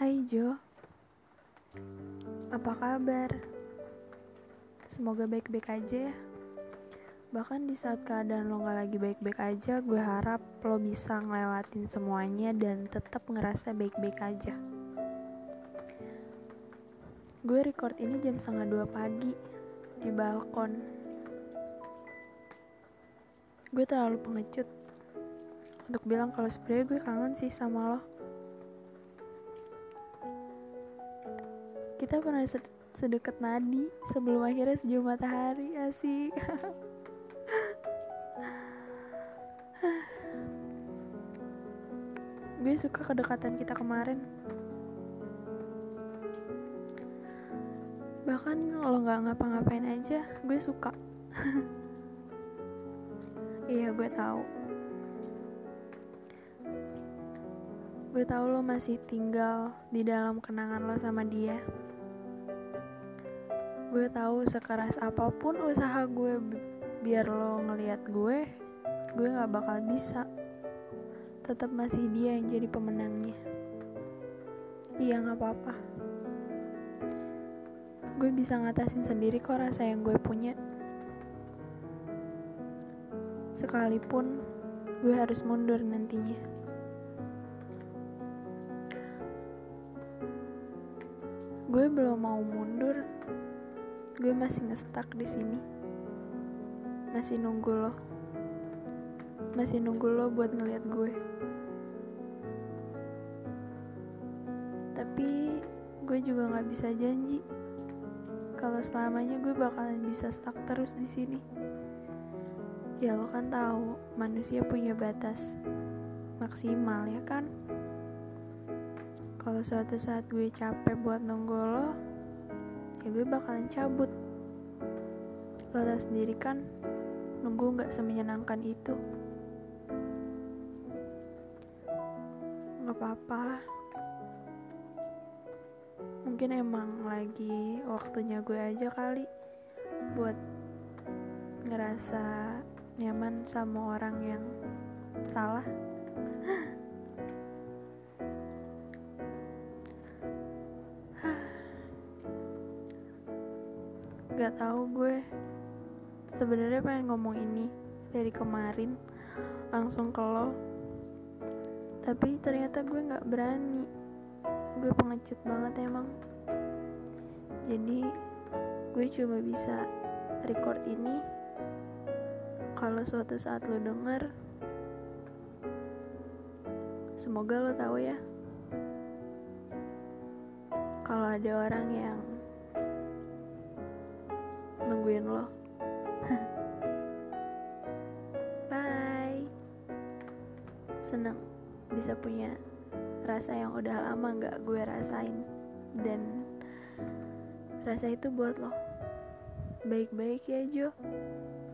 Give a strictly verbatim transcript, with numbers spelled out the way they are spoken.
Hai Jo, apa kabar? Semoga baik-baik aja ya. Bahkan di saat keadaan lo gak lagi baik-baik aja, gue harap lo bisa ngelewatin semuanya dan tetap ngerasa baik-baik aja. Gue record ini jam setengah dua pagi di balkon. Gue terlalu pengecut untuk bilang kalau sebenarnya gue kangen sih sama lo. Kita pernah sedekat nadi sebelum akhirnya sejauh matahari, asik. Gue suka kedekatan kita kemarin. Bahkan lo gak ngapa-ngapain aja, gue suka. Iya, gue tahu. Gue tahu lo masih tinggal di dalam kenangan lo sama dia. Gue tahu sekeras apapun usaha gue b- biar lo ngelihat gue, gue gak bakal bisa. Tetap masih dia yang jadi pemenangnya. Iya, gak apa-apa. Gue bisa ngatasin sendiri kok rasa yang gue punya. Sekalipun gue harus mundur nantinya. Gue belum mau mundur. Gue masih nge-stuck di sini. Masih nunggu lo. Masih nunggu lo buat ngeliat gue. Tapi gue juga nggak bisa janji kalau selamanya gue bakalan bisa stuck terus di sini. Ya lo kan tahu, manusia punya batas maksimal ya kan. Kalau suatu saat gue capek buat nunggu lo, ya gue bakalan cabut. Lo tau sendiri kan, nunggu gak semenyenangkan itu. Gak apa-apa. Mungkin emang lagi waktunya gue aja kali buat ngerasa nyaman sama orang yang salah. Gak tahu gue sebenarnya pengen ngomong ini dari kemarin langsung ke lo, tapi ternyata gue nggak berani. Gue pengecut banget emang. Jadi gue cuma bisa record ini kalau suatu saat lo denger. Semoga lo tahu ya, kalau ada orang yang nungguin lo. Bye. Seneng bisa punya rasa yang udah lama gak gue rasain. Dan rasa itu buat lo. Baik-baik ya Jo.